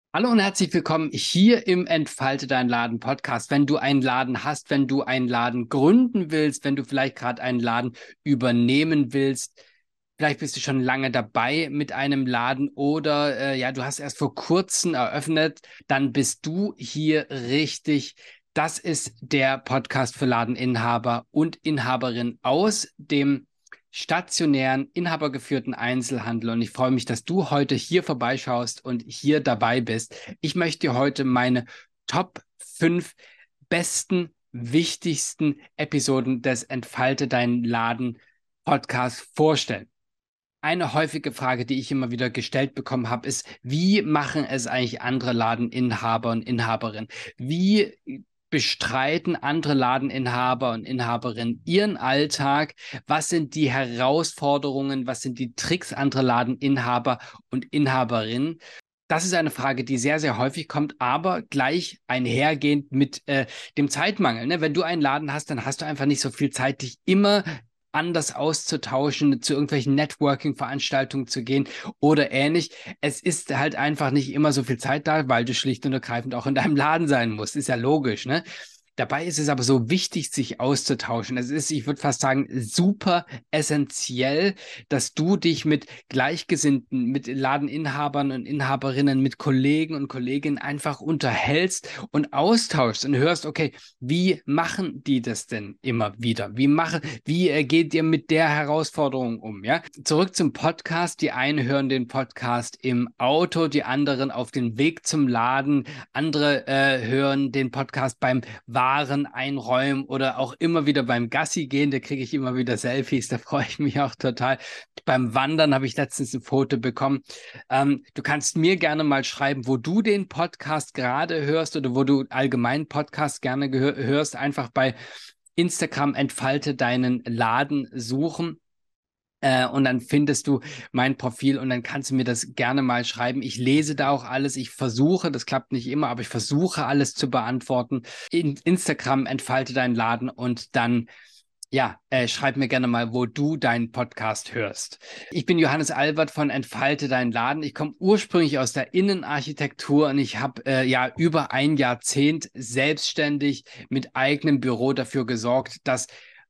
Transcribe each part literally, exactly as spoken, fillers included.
Hallo und herzlich willkommen hier im Entfalte deinen Laden Podcast. Wenn du einen Laden hast, wenn du einen Laden gründen willst, wenn du vielleicht gerade einen Laden übernehmen willst, vielleicht bist du schon lange dabei mit einem Laden oder äh, ja, du hast erst vor kurzem eröffnet, dann bist du hier richtig. Das ist der Podcast für Ladeninhaber und Inhaberinnen aus dem stationären, inhabergeführten Einzelhandel. Und ich freue mich, dass du heute hier vorbeischaust und hier dabei bist. Ich möchte dir heute meine Top fünf besten, wichtigsten Episoden des Entfalte deinen Laden Podcasts vorstellen. Eine häufige Frage, die ich immer wieder gestellt bekommen habe, ist, wie machen es eigentlich andere Ladeninhaber und Inhaberinnen? Wie bestreiten andere Ladeninhaber und Inhaberinnen ihren Alltag? Was sind die Herausforderungen? Was sind die Tricks anderer Ladeninhaber und Inhaberinnen? Das ist eine Frage, die sehr, sehr häufig kommt, aber gleich einhergehend mit äh, dem Zeitmangel. Ne? Wenn du einen Laden hast, dann hast du einfach nicht so viel Zeit, dich immer anders auszutauschen, zu irgendwelchen Networking-Veranstaltungen zu gehen oder ähnlich. Es ist halt einfach nicht immer so viel Zeit da, weil du schlicht und ergreifend auch in deinem Laden sein musst. Ist ja logisch, ne? Dabei ist es aber so wichtig, sich auszutauschen. Es ist, ich würde fast sagen, super essentiell, dass du dich mit Gleichgesinnten, mit Ladeninhabern und Inhaberinnen, mit Kollegen und Kolleginnen einfach unterhältst und austauschst und hörst, okay, wie machen die das denn immer wieder? Wie machen, wie äh, geht ihr mit der Herausforderung um? Ja, zurück zum Podcast. Die einen hören den Podcast im Auto, die anderen auf dem Weg zum Laden, andere äh, hören den Podcast beim Waren einräumen oder auch immer wieder beim Gassi gehen. Da kriege ich immer wieder Selfies, da freue ich mich auch total. Beim Wandern habe ich letztens ein Foto bekommen. Ähm, du kannst mir gerne mal schreiben, wo du den Podcast gerade hörst oder wo du allgemein Podcast gerne hörst. Einfach bei Instagram entfalte deinen Laden suchen. Äh, und dann findest du mein Profil und dann kannst du mir das gerne mal schreiben. Ich lese da auch alles. Ich versuche, das klappt nicht immer, aber ich versuche alles zu beantworten. In Instagram entfalte deinen Laden und dann ja, äh, schreib mir gerne mal, wo du deinen Podcast hörst. Ich bin Johannes Albert von Entfalte deinen Laden. Ich komme ursprünglich aus der Innenarchitektur und ich habe äh, ja über ein Jahrzehnt selbstständig mit eigenem Büro dafür gesorgt, dass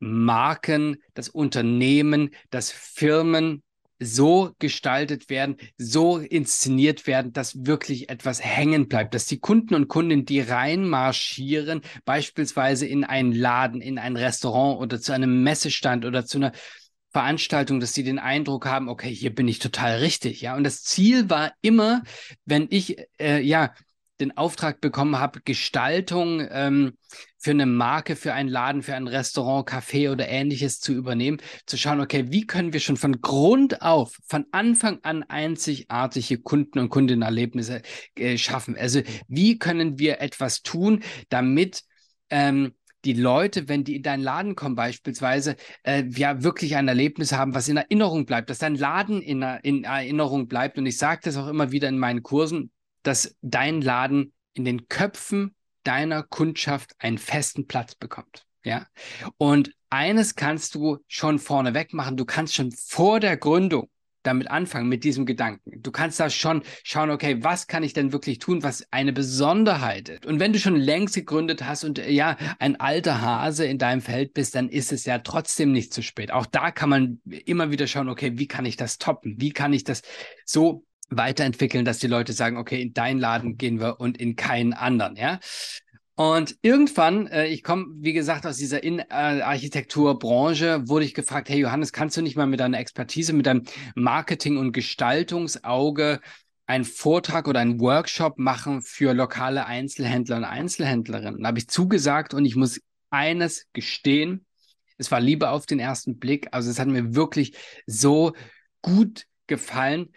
Marken, das Unternehmen, dass Firmen so gestaltet werden, so inszeniert werden, dass wirklich etwas hängen bleibt, dass die Kunden und Kundinnen, die reinmarschieren, beispielsweise in einen Laden, in ein Restaurant oder zu einem Messestand oder zu einer Veranstaltung, dass sie den Eindruck haben, okay, hier bin ich total richtig, ja. Und das Ziel war immer, wenn ich äh, ja den Auftrag bekommen habe, Gestaltung ähm, für eine Marke, für einen Laden, für ein Restaurant, Café oder ähnliches zu übernehmen, zu schauen, okay, wie können wir schon von Grund auf, von Anfang an einzigartige Kunden- und Kundenerlebnisse äh, schaffen? Also wie können wir etwas tun, damit ähm, die Leute, wenn die in deinen Laden kommen beispielsweise, äh, ja wirklich ein Erlebnis haben, was in Erinnerung bleibt, dass dein Laden in, in Erinnerung bleibt. Und ich sage das auch immer wieder in meinen Kursen, dass dein Laden in den Köpfen deiner Kundschaft einen festen Platz bekommt. Ja. Und eines kannst du schon vorneweg machen. Du kannst schon vor der Gründung damit anfangen, mit diesem Gedanken. Du kannst da schon schauen, okay, was kann ich denn wirklich tun, was eine Besonderheit ist? Und wenn du schon längst gegründet hast und äh, ja, ein alter Hase in deinem Feld bist, dann ist es ja trotzdem nicht zu spät. Auch da kann man immer wieder schauen, okay, wie kann ich das toppen? Wie kann ich das so weiterentwickeln, dass die Leute sagen, okay, in deinen Laden gehen wir und in keinen anderen, ja. Und irgendwann, äh, ich komme, wie gesagt, aus dieser Innenarchitekturbranche, wurde ich gefragt, hey Johannes, kannst du nicht mal mit deiner Expertise, mit deinem Marketing- und Gestaltungsauge einen Vortrag oder einen Workshop machen für lokale Einzelhändler und Einzelhändlerinnen? Da habe ich zugesagt und ich muss eines gestehen, es war Liebe auf den ersten Blick, also es hat mir wirklich so gut gefallen,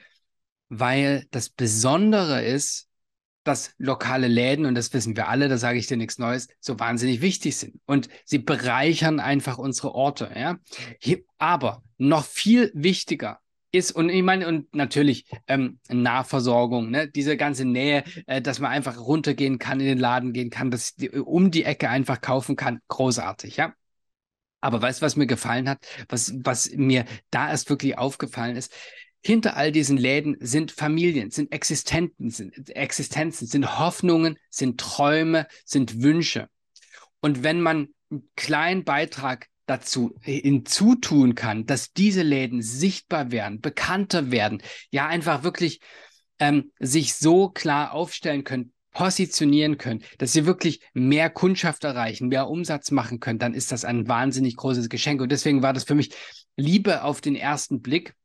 weil das Besondere ist, dass lokale Läden, und das wissen wir alle, da sage ich dir nichts Neues, so wahnsinnig wichtig sind. Und sie bereichern einfach unsere Orte. Ja? Hier, aber noch viel wichtiger ist, und ich meine, und natürlich ähm, Nahversorgung, ne? Diese ganze Nähe, äh, dass man einfach runtergehen kann, in den Laden gehen kann, dass die, um die Ecke einfach kaufen kann, großartig, ja. Aber weißt du, was mir gefallen hat, was, was mir da erst wirklich aufgefallen ist? Hinter all diesen Läden sind Familien, sind Existenzen, sind Existenzen, sind Hoffnungen, sind Träume, sind Wünsche. Und wenn man einen kleinen Beitrag dazu hinzutun kann, dass diese Läden sichtbar werden, bekannter werden, ja einfach wirklich ähm, sich so klar aufstellen können, positionieren können, dass sie wirklich mehr Kundschaft erreichen, mehr Umsatz machen können, dann ist das ein wahnsinnig großes Geschenk. Und deswegen war das für mich Liebe auf den ersten Blick.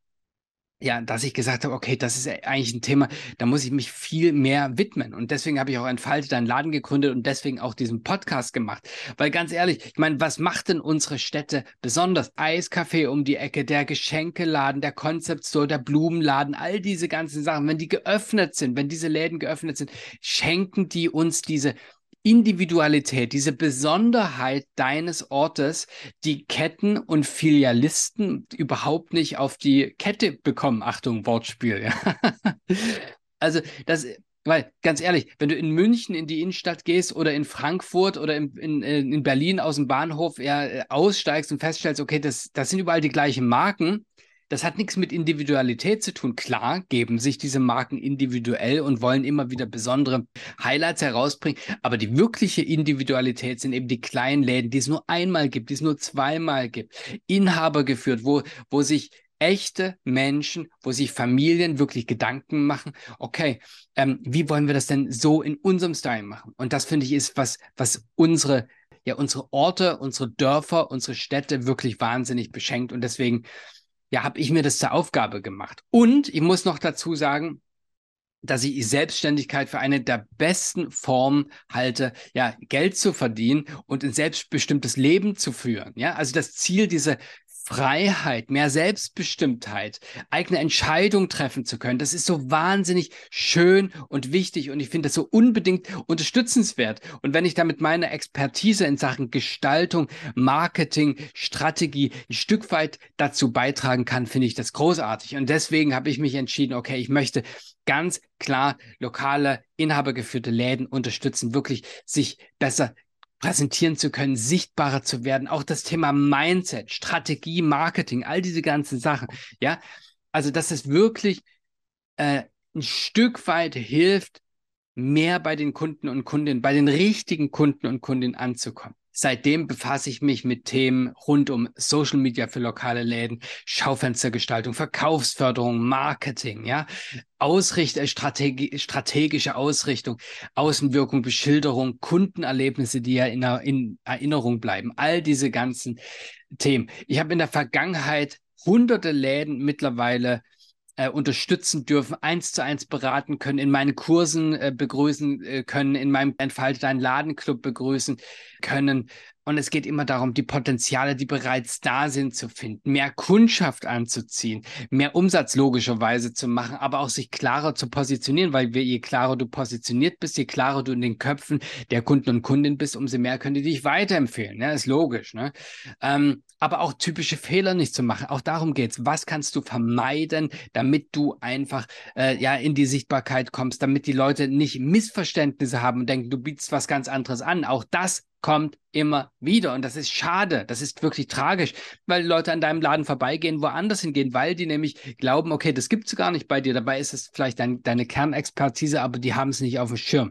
Ja, dass ich gesagt habe, okay, das ist eigentlich ein Thema, da muss ich mich viel mehr widmen. Und deswegen habe ich auch Entfaltet einen Laden gegründet und deswegen auch diesen Podcast gemacht. Weil ganz ehrlich, ich meine, was macht denn unsere Städte besonders? Eiscafé um die Ecke, der Geschenkeladen, der Concept Store, der Blumenladen, all diese ganzen Sachen, wenn die geöffnet sind, wenn diese Läden geöffnet sind, schenken die uns diese Individualität, diese Besonderheit deines Ortes, die Ketten und Filialisten überhaupt nicht auf die Kette bekommen. Achtung, Wortspiel. Ja. Also das, weil ganz ehrlich, wenn du in München in die Innenstadt gehst oder in Frankfurt oder in, in, in Berlin aus dem Bahnhof ja, aussteigst und feststellst, okay, das, das sind überall die gleichen Marken. Das hat nichts mit Individualität zu tun. Klar geben sich diese Marken individuell und wollen immer wieder besondere Highlights herausbringen. Aber die wirkliche Individualität sind eben die kleinen Läden, die es nur einmal gibt, die es nur zweimal gibt. Inhaber geführt, wo, wo sich echte Menschen, wo sich Familien wirklich Gedanken machen, okay, ähm, wie wollen wir das denn so in unserem Style machen? Und das, finde ich, ist was, was unsere, ja, unsere Orte, unsere Dörfer, unsere Städte wirklich wahnsinnig beschenkt. Und deswegen ja, habe ich mir das zur Aufgabe gemacht. Und ich muss noch dazu sagen, dass ich Selbstständigkeit für eine der besten Formen halte, ja, Geld zu verdienen und ein selbstbestimmtes Leben zu führen. Ja, also das Ziel, diese Freiheit, mehr Selbstbestimmtheit, eigene Entscheidungen treffen zu können, das ist so wahnsinnig schön und wichtig und ich finde das so unbedingt unterstützenswert. Und wenn ich damit meine Expertise in Sachen Gestaltung, Marketing, Strategie ein Stück weit dazu beitragen kann, finde ich das großartig. Und deswegen habe ich mich entschieden, okay, ich möchte ganz klar lokale, inhabergeführte Läden unterstützen, wirklich sich besser präsentieren zu können, sichtbarer zu werden. Auch das Thema Mindset, Strategie, Marketing, all diese ganzen Sachen. Ja, also dass es wirklich äh, ein Stück weit hilft, mehr bei den Kunden und Kundinnen, bei den richtigen Kunden und Kundinnen anzukommen. Seitdem befasse ich mich mit Themen rund um Social Media für lokale Läden, Schaufenstergestaltung, Verkaufsförderung, Marketing, ja, Ausricht, Strategi strategische Ausrichtung, Außenwirkung, Beschilderung, Kundenerlebnisse, die ja in, in Erinnerung bleiben. All diese ganzen Themen. Ich habe in der Vergangenheit hunderte Läden mittlerweile Äh, unterstützen dürfen, eins zu eins beraten können, in meinen Kursen äh, begrüßen äh, können, in meinem Entfaltet einen Ladenclub begrüßen können. Und es geht immer darum, die Potenziale, die bereits da sind, zu finden, mehr Kundschaft anzuziehen, mehr Umsatz logischerweise zu machen, aber auch sich klarer zu positionieren, weil wir, je klarer du positioniert bist, je klarer du in den Köpfen der Kunden und Kundinnen bist, umso mehr können die dich weiterempfehlen. Ja, ist logisch. Ne? Ähm, aber auch typische Fehler nicht zu machen. Auch darum geht's. Was kannst du vermeiden, damit du einfach äh, ja in die Sichtbarkeit kommst, damit die Leute nicht Missverständnisse haben und denken, du bietest was ganz anderes an. Auch das kommt immer wieder und das ist schade, das ist wirklich tragisch, weil die Leute an deinem Laden vorbeigehen, woanders hingehen, weil die nämlich glauben, okay, das gibt's gar nicht bei dir, dabei ist es vielleicht dein, deine Kernexpertise, aber die haben es nicht auf dem Schirm.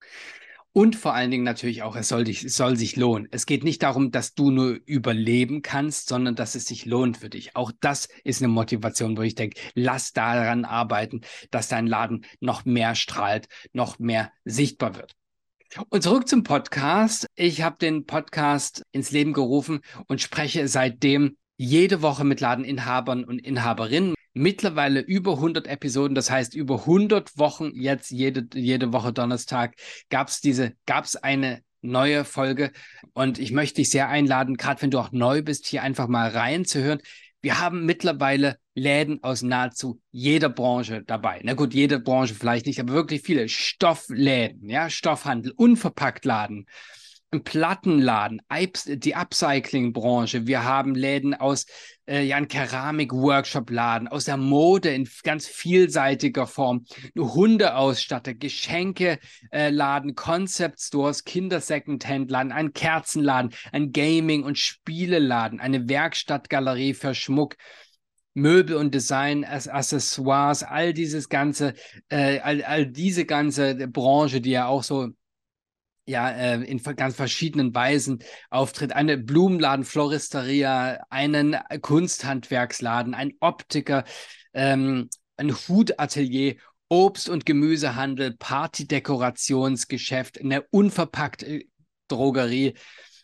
Und vor allen Dingen natürlich auch, es soll, dich, es soll sich lohnen. Es geht nicht darum, dass du nur überleben kannst, sondern dass es sich lohnt für dich. Auch das ist eine Motivation, wo ich denke, lass daran arbeiten, dass dein Laden noch mehr strahlt, noch mehr sichtbar wird. Und zurück zum Podcast. Ich habe den Podcast ins Leben gerufen und spreche seitdem jede Woche mit Ladeninhabern und Inhaberinnen. Mittlerweile über hundert Episoden, das heißt über hundert Wochen, jetzt jede, jede Woche Donnerstag gab es diese, gab es eine neue Folge. Und ich möchte dich sehr einladen, gerade wenn du auch neu bist, hier einfach mal reinzuhören. Wir haben mittlerweile Läden aus nahezu jeder Branche dabei. Na gut, jede Branche vielleicht nicht, aber wirklich viele. Stoffläden, ja, Stoffhandel, Unverpacktladen, ein Plattenladen, die Upcycling-Branche. Wir haben Läden aus, äh, ja, ein Keramik-Workshop-Laden, aus der Mode in ganz vielseitiger Form, Hundeausstatter, Geschenke-Laden, Concept-Stores, Kinder-Secondhand-Laden, ein Kerzenladen, ein Gaming- und Spieleladen, eine Werkstattgalerie für Schmuck, Möbel und Design, Accessoires, all dieses ganze, äh, all, all diese ganze Branche, die ja auch so ja, äh, in ganz verschiedenen Weisen auftritt. Eine Blumenladen, Floristeria, einen Kunsthandwerksladen, ein Optiker, ähm, ein Hutatelier, Obst- und Gemüsehandel, Partydekorationsgeschäft, eine unverpackte Drogerie,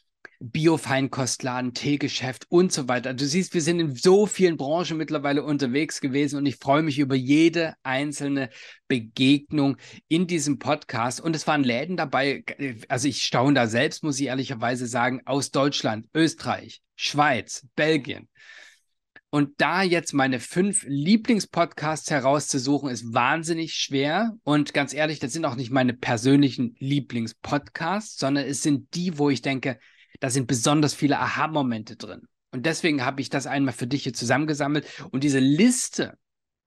Bio-Feinkostladen, Teegeschäft und so weiter. Du siehst, wir sind in so vielen Branchen mittlerweile unterwegs gewesen und ich freue mich über jede einzelne Begegnung in diesem Podcast. Und es waren Läden dabei, also ich staune da selbst, muss ich ehrlicherweise sagen, aus Deutschland, Österreich, Schweiz, Belgien. Und da jetzt meine fünf Lieblingspodcasts herauszusuchen, ist wahnsinnig schwer. Und ganz ehrlich, das sind auch nicht meine persönlichen Lieblingspodcasts, sondern es sind die, wo ich denke, da sind besonders viele Aha-Momente drin. Und deswegen habe ich das einmal für dich hier zusammengesammelt. Und diese Liste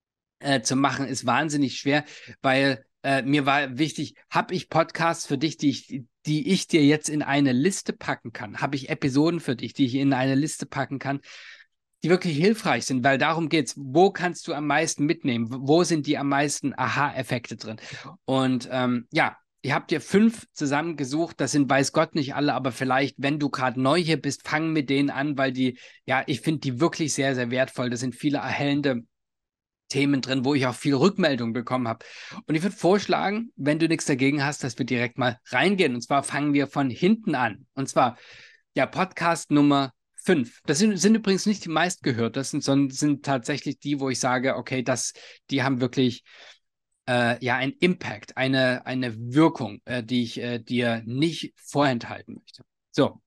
äh, zu machen, ist wahnsinnig schwer, weil äh, mir war wichtig, habe ich Podcasts für dich, die ich, die ich dir jetzt in eine Liste packen kann? Habe ich Episoden für dich, die ich in eine Liste packen kann, die wirklich hilfreich sind, weil darum geht's. Wo kannst du am meisten mitnehmen? Wo sind die am meisten Aha-Effekte drin? Und ähm, ja, ich habe dir fünf zusammengesucht. Das sind, weiß Gott, nicht alle, aber vielleicht, wenn du gerade neu hier bist, fang mit denen an, weil die, ja, ich finde die wirklich sehr, sehr wertvoll. Da sind viele erhellende Themen drin, wo ich auch viel Rückmeldung bekommen habe. Und ich würde vorschlagen, wenn du nichts dagegen hast, dass wir direkt mal reingehen. Und zwar fangen wir von hinten an. Und zwar, ja, Podcast Nummer fünf. Das sind, sind übrigens nicht die meistgehörtesten, sondern sind tatsächlich die, wo ich sage, okay, das, die haben wirklich äh, ja einen Impact, eine, eine Wirkung, äh, die ich äh, dir nicht vorenthalten möchte. So,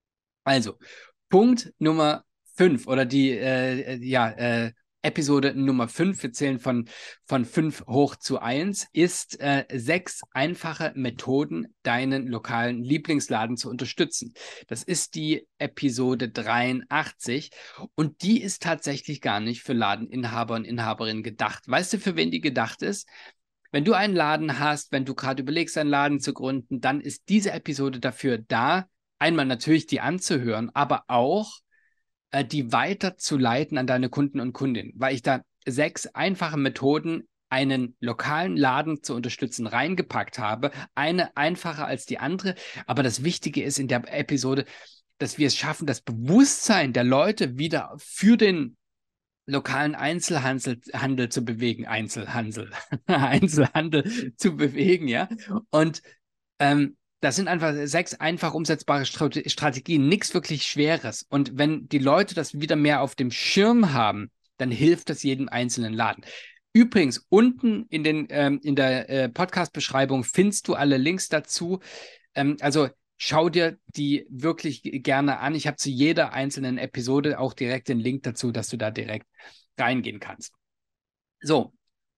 also, Punkt Nummer fünf oder die äh, ja, äh, Episode Nummer fünf, wir zählen von, von fünf hoch zu eins, ist äh, sechs einfache Methoden, deinen lokalen Lieblingsladen zu unterstützen. Das ist die Episode dreiundachtzig und die ist tatsächlich gar nicht für Ladeninhaber und Inhaberinnen gedacht. Weißt du, für wen die gedacht ist? Wenn du einen Laden hast, wenn du gerade überlegst, einen Laden zu gründen, dann ist diese Episode dafür da, einmal natürlich die anzuhören, aber auch äh, die weiterzuleiten an deine Kunden und Kundinnen, weil ich da sechs einfache Methoden, einen lokalen Laden zu unterstützen, reingepackt habe. Eine einfacher als die andere, aber das Wichtige ist in der Episode, dass wir es schaffen, das Bewusstsein der Leute wieder für den lokalen Einzelhandel Handel zu bewegen, Einzelhandel, Einzelhandel zu bewegen, ja. Und ähm, das sind einfach sechs einfach umsetzbare Strate Strategien, nichts wirklich Schweres. Und wenn die Leute das wieder mehr auf dem Schirm haben, dann hilft das jedem einzelnen Laden. Übrigens, unten in, den, ähm, in der äh, Podcast-Beschreibung findest du alle Links dazu. Ähm, also schau dir die wirklich gerne an. Ich habe zu jeder einzelnen Episode auch direkt den Link dazu, dass du da direkt reingehen kannst. So,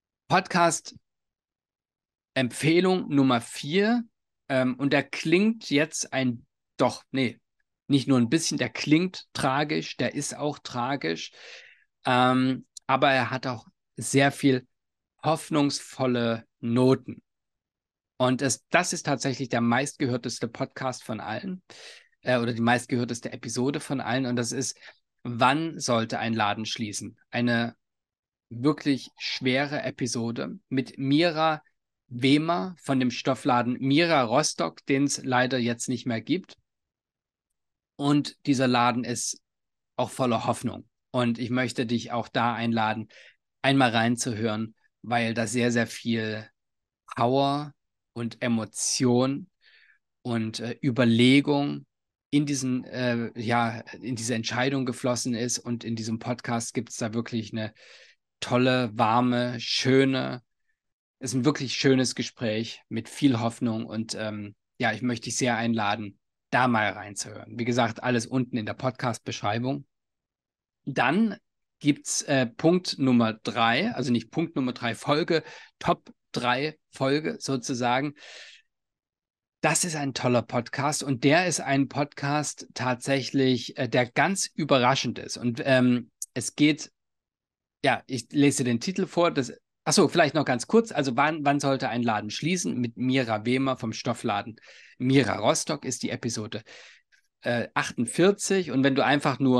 Podcast-Empfehlung Nummer vier. Ähm, und der klingt jetzt ein, doch, nee, nicht nur ein bisschen, der klingt tragisch, der ist auch tragisch. Ähm, aber er hat auch sehr viel hoffnungsvolle Noten. Und es, das ist tatsächlich der meistgehörteste Podcast von allen äh, oder die meistgehörteste Episode von allen. Und das ist, wann sollte ein Laden schließen? Eine wirklich schwere Episode mit Mira Wehmer von dem Stoffladen Mira Rostock, den es leider jetzt nicht mehr gibt. Und dieser Laden ist auch voller Hoffnung. Und ich möchte dich auch da einladen, einmal reinzuhören, weil da sehr, sehr viel Power und Emotion und äh, Überlegung in diesen, äh, ja, in diese Entscheidung geflossen ist. Und in diesem Podcast gibt es da wirklich eine tolle, warme, schöne, ist ein wirklich schönes Gespräch mit viel Hoffnung. Und ähm, ja, ich möchte dich sehr einladen, da mal reinzuhören. Wie gesagt, alles unten in der Podcast-Beschreibung. Dann gibt es äh, Punkt Nummer drei, also nicht Punkt Nummer drei, Folge, Top drei Folge sozusagen. Das ist ein toller Podcast und der ist ein Podcast tatsächlich, äh, der ganz überraschend ist. Und ähm, es geht, ja, ich lese den Titel vor. Das, achso, vielleicht noch ganz kurz. Also wann, wann sollte ein Laden schließen? Mit Mira Wehmer vom Stoffladen Mira Rostock ist die Episode äh, achtundvierzig. Und wenn du einfach nur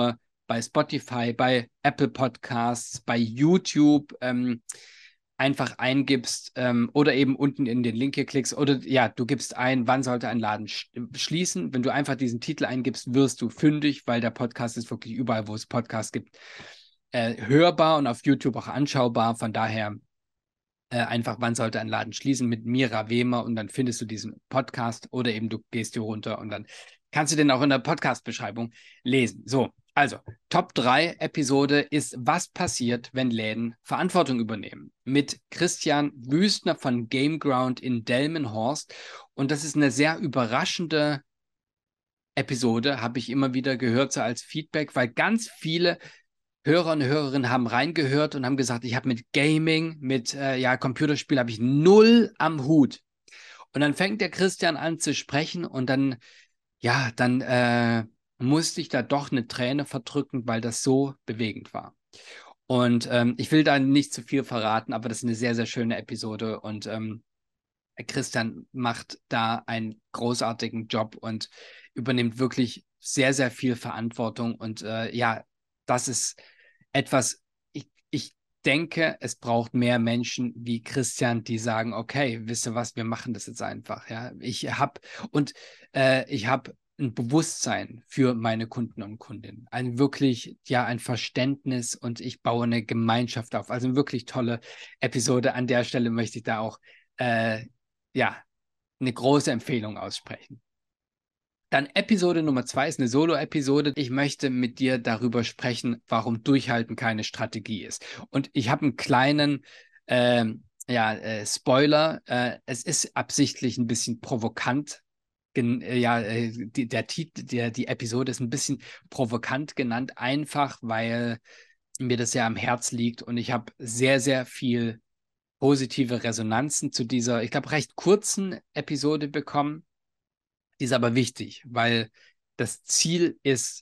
bei Spotify, bei Apple Podcasts, bei YouTube ähm, einfach eingibst ähm, oder eben unten in den Link hier klickst oder ja, du gibst ein, wann sollte ein Laden sch schließen. Wenn du einfach diesen Titel eingibst, wirst du fündig, weil der Podcast ist wirklich überall, wo es Podcasts gibt, äh, hörbar und auf YouTube auch anschaubar. Von daher äh, einfach, wann sollte ein Laden schließen mit Mira Wehmer und dann findest du diesen Podcast oder eben du gehst hier runter und dann kannst du den auch in der Podcast-Beschreibung lesen. So, also Top drei Episode ist, was passiert, wenn Läden Verantwortung übernehmen. Mit Christian Wüstner von Gameground in Delmenhorst. Und das ist eine sehr überraschende Episode, habe ich immer wieder gehört, so als Feedback, weil ganz viele Hörer und Hörerinnen haben reingehört und haben gesagt, ich habe mit Gaming, mit äh, ja, Computerspiel habe ich null am Hut. Und dann fängt der Christian an zu sprechen und dann, ja, dann äh, musste ich da doch eine Träne verdrücken, weil das so bewegend war. Und ähm, ich will da nicht zu viel verraten, aber das ist eine sehr, sehr schöne Episode und ähm, Christian macht da einen großartigen Job und übernimmt wirklich sehr, sehr viel Verantwortung. Und äh, ja, das ist etwas, ich, ich denke, es braucht mehr Menschen wie Christian, die sagen, okay, wisst ihr was, wir machen das jetzt einfach. Ja, ich habe und äh, ich habe ein Bewusstsein für meine Kunden und Kundinnen. Ein wirklich, ja, ein Verständnis und ich baue eine Gemeinschaft auf. Also eine wirklich tolle Episode. An der Stelle möchte ich da auch äh, ja, eine große Empfehlung aussprechen. Dann Episode Nummer zwei ist eine Solo-Episode. Ich möchte mit dir darüber sprechen, warum Durchhalten keine Strategie ist. Und ich habe einen kleinen ähm, ja, äh, Spoiler. Äh, es ist absichtlich ein bisschen provokant. Gen äh, ja, äh, die, der Titel, der, die Episode ist ein bisschen provokant genannt, einfach weil mir das ja am Herz liegt und ich habe sehr, sehr viel positive Resonanzen zu dieser, ich glaube, recht kurzen Episode bekommen. Die ist aber wichtig, weil das Ziel ist,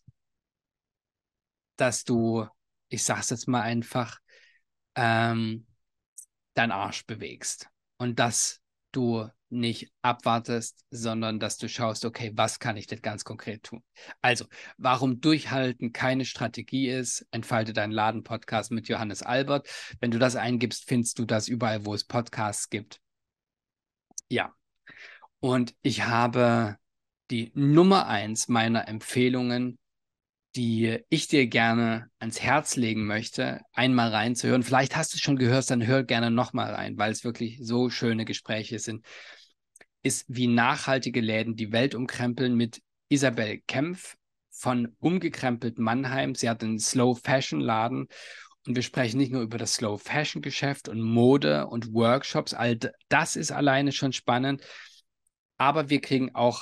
dass du, ich sag's jetzt mal einfach, ähm, deinen Arsch bewegst. Und dass du nicht abwartest, sondern dass du schaust, okay, was kann ich denn ganz konkret tun? Also, warum Durchhalten keine Strategie ist, entfalte deinen Laden-Podcast mit Johannes Albert. Wenn du das eingibst, findest du das überall, wo es Podcasts gibt. Ja, und ich habe die Nummer eins meiner Empfehlungen, die ich dir gerne ans Herz legen möchte, einmal reinzuhören. Vielleicht hast du es schon gehört, dann hör gerne nochmal rein, weil es wirklich so schöne Gespräche sind, ist wie nachhaltige Läden die Welt umkrempeln mit Isabel Kempf von Umgekrempelt Mannheim. Sie hat einen Slow Fashion Laden und wir sprechen nicht nur über das Slow Fashion Geschäft und Mode und Workshops. All das ist alleine schon spannend. Aber wir kriegen auch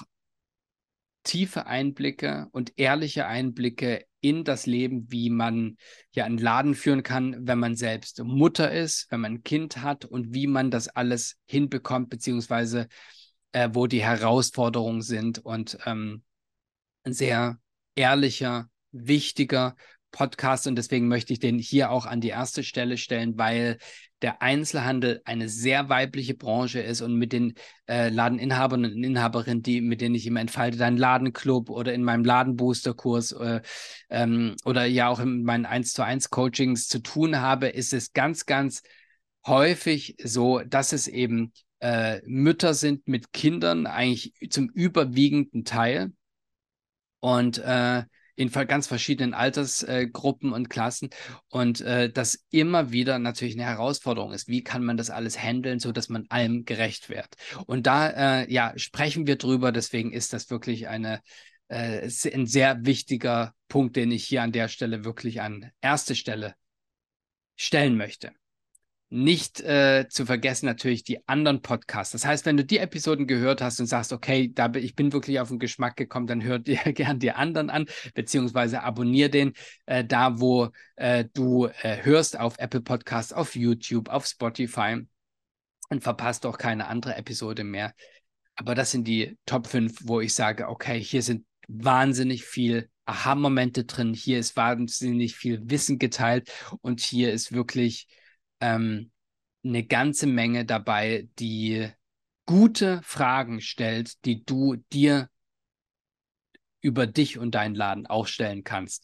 tiefe Einblicke und ehrliche Einblicke in das Leben, wie man ja einen Laden führen kann, wenn man selbst Mutter ist, wenn man ein Kind hat und wie man das alles hinbekommt, beziehungsweise äh, wo die Herausforderungen sind und ähm, ein sehr ehrlicher, wichtiger Podcast und deswegen möchte ich den hier auch an die erste Stelle stellen, weil der Einzelhandel eine sehr weibliche Branche ist und mit den äh, Ladeninhabern und Inhaberinnen, die, mit denen ich im Entfalte deinen Ladenclub oder in meinem Ladenbooster-Kurs äh, ähm, oder ja auch in meinen eins zu eins Coachings zu tun habe, ist es ganz, ganz häufig so, dass es eben äh, Mütter sind mit Kindern, eigentlich zum überwiegenden Teil und äh, in ganz verschiedenen Altersgruppen äh, und Klassen und äh, das immer wieder natürlich eine Herausforderung ist. Wie kann man das alles handeln, so dass man allem gerecht wird? Und da äh, ja sprechen wir drüber. Deswegen ist das wirklich eine äh, ein sehr wichtiger Punkt, den ich hier an der Stelle wirklich an erste Stelle stellen möchte. Nicht äh, zu vergessen natürlich die anderen Podcasts. Das heißt, wenn du die Episoden gehört hast und sagst, okay, da bin, ich bin wirklich auf den Geschmack gekommen, dann hör dir gern die anderen an, beziehungsweise abonnier den äh, da, wo äh, du äh, hörst, auf Apple Podcasts, auf YouTube, auf Spotify und verpasst auch keine andere Episode mehr. Aber das sind die Top fünf, wo ich sage, okay, hier sind wahnsinnig viel Aha-Momente drin, hier ist wahnsinnig viel Wissen geteilt und hier ist wirklich ähm, eine ganze Menge dabei, die gute Fragen stellt, die du dir über dich und deinen Laden auch stellen kannst.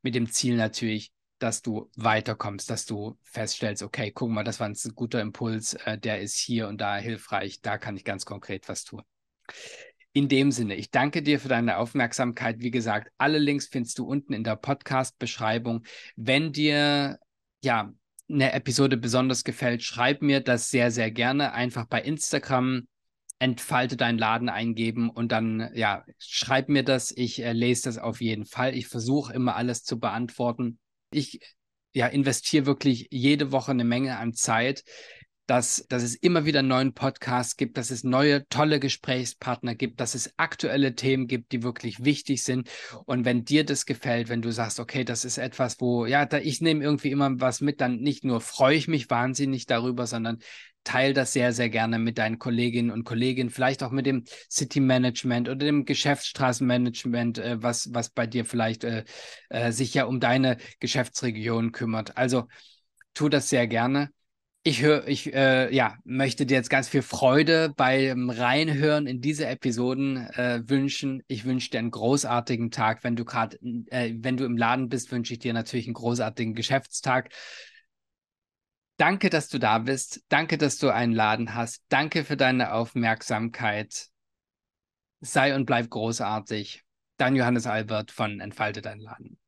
mit dem Ziel natürlich, dass du weiterkommst, dass du feststellst, okay, guck mal, das war ein guter Impuls, äh, der ist hier und da hilfreich, da kann ich ganz konkret was tun. In dem Sinne, ich danke dir für deine Aufmerksamkeit. Wie gesagt, alle Links findest du unten in der Podcast-Beschreibung. Wenn dir ja eine Episode besonders gefällt, schreib mir das sehr, sehr gerne. Einfach bei Instagram entfalte deinen Laden eingeben und dann, ja, schreib mir das. Ich äh, lese das auf jeden Fall. Ich versuche immer alles zu beantworten. Ich ja, investiere wirklich jede Woche eine Menge an Zeit, dass, dass es immer wieder einen neuen Podcast gibt, dass es neue, tolle Gesprächspartner gibt, dass es aktuelle Themen gibt, die wirklich wichtig sind. Und wenn dir das gefällt, wenn du sagst, okay, das ist etwas, wo, ja, da, ich nehme irgendwie immer was mit, dann nicht nur freue ich mich wahnsinnig darüber, sondern teile das sehr, sehr gerne mit deinen Kolleginnen und Kollegen, vielleicht auch mit dem City Management oder dem Geschäftsstraßenmanagement, äh, was, was bei dir vielleicht äh, äh, sich ja um deine Geschäftsregion kümmert. Also tu das sehr gerne. Ich höre, ich äh, ja, möchte dir jetzt ganz viel Freude beim Reinhören in diese Episoden äh, wünschen. Ich wünsche dir einen großartigen Tag. Wenn du gerade, äh, wenn du im Laden bist, wünsche ich dir natürlich einen großartigen Geschäftstag. Danke, dass du da bist. Danke, dass du einen Laden hast. Danke für deine Aufmerksamkeit. Sei und bleib großartig. Dein Johannes Albert von Entfalte dein Laden.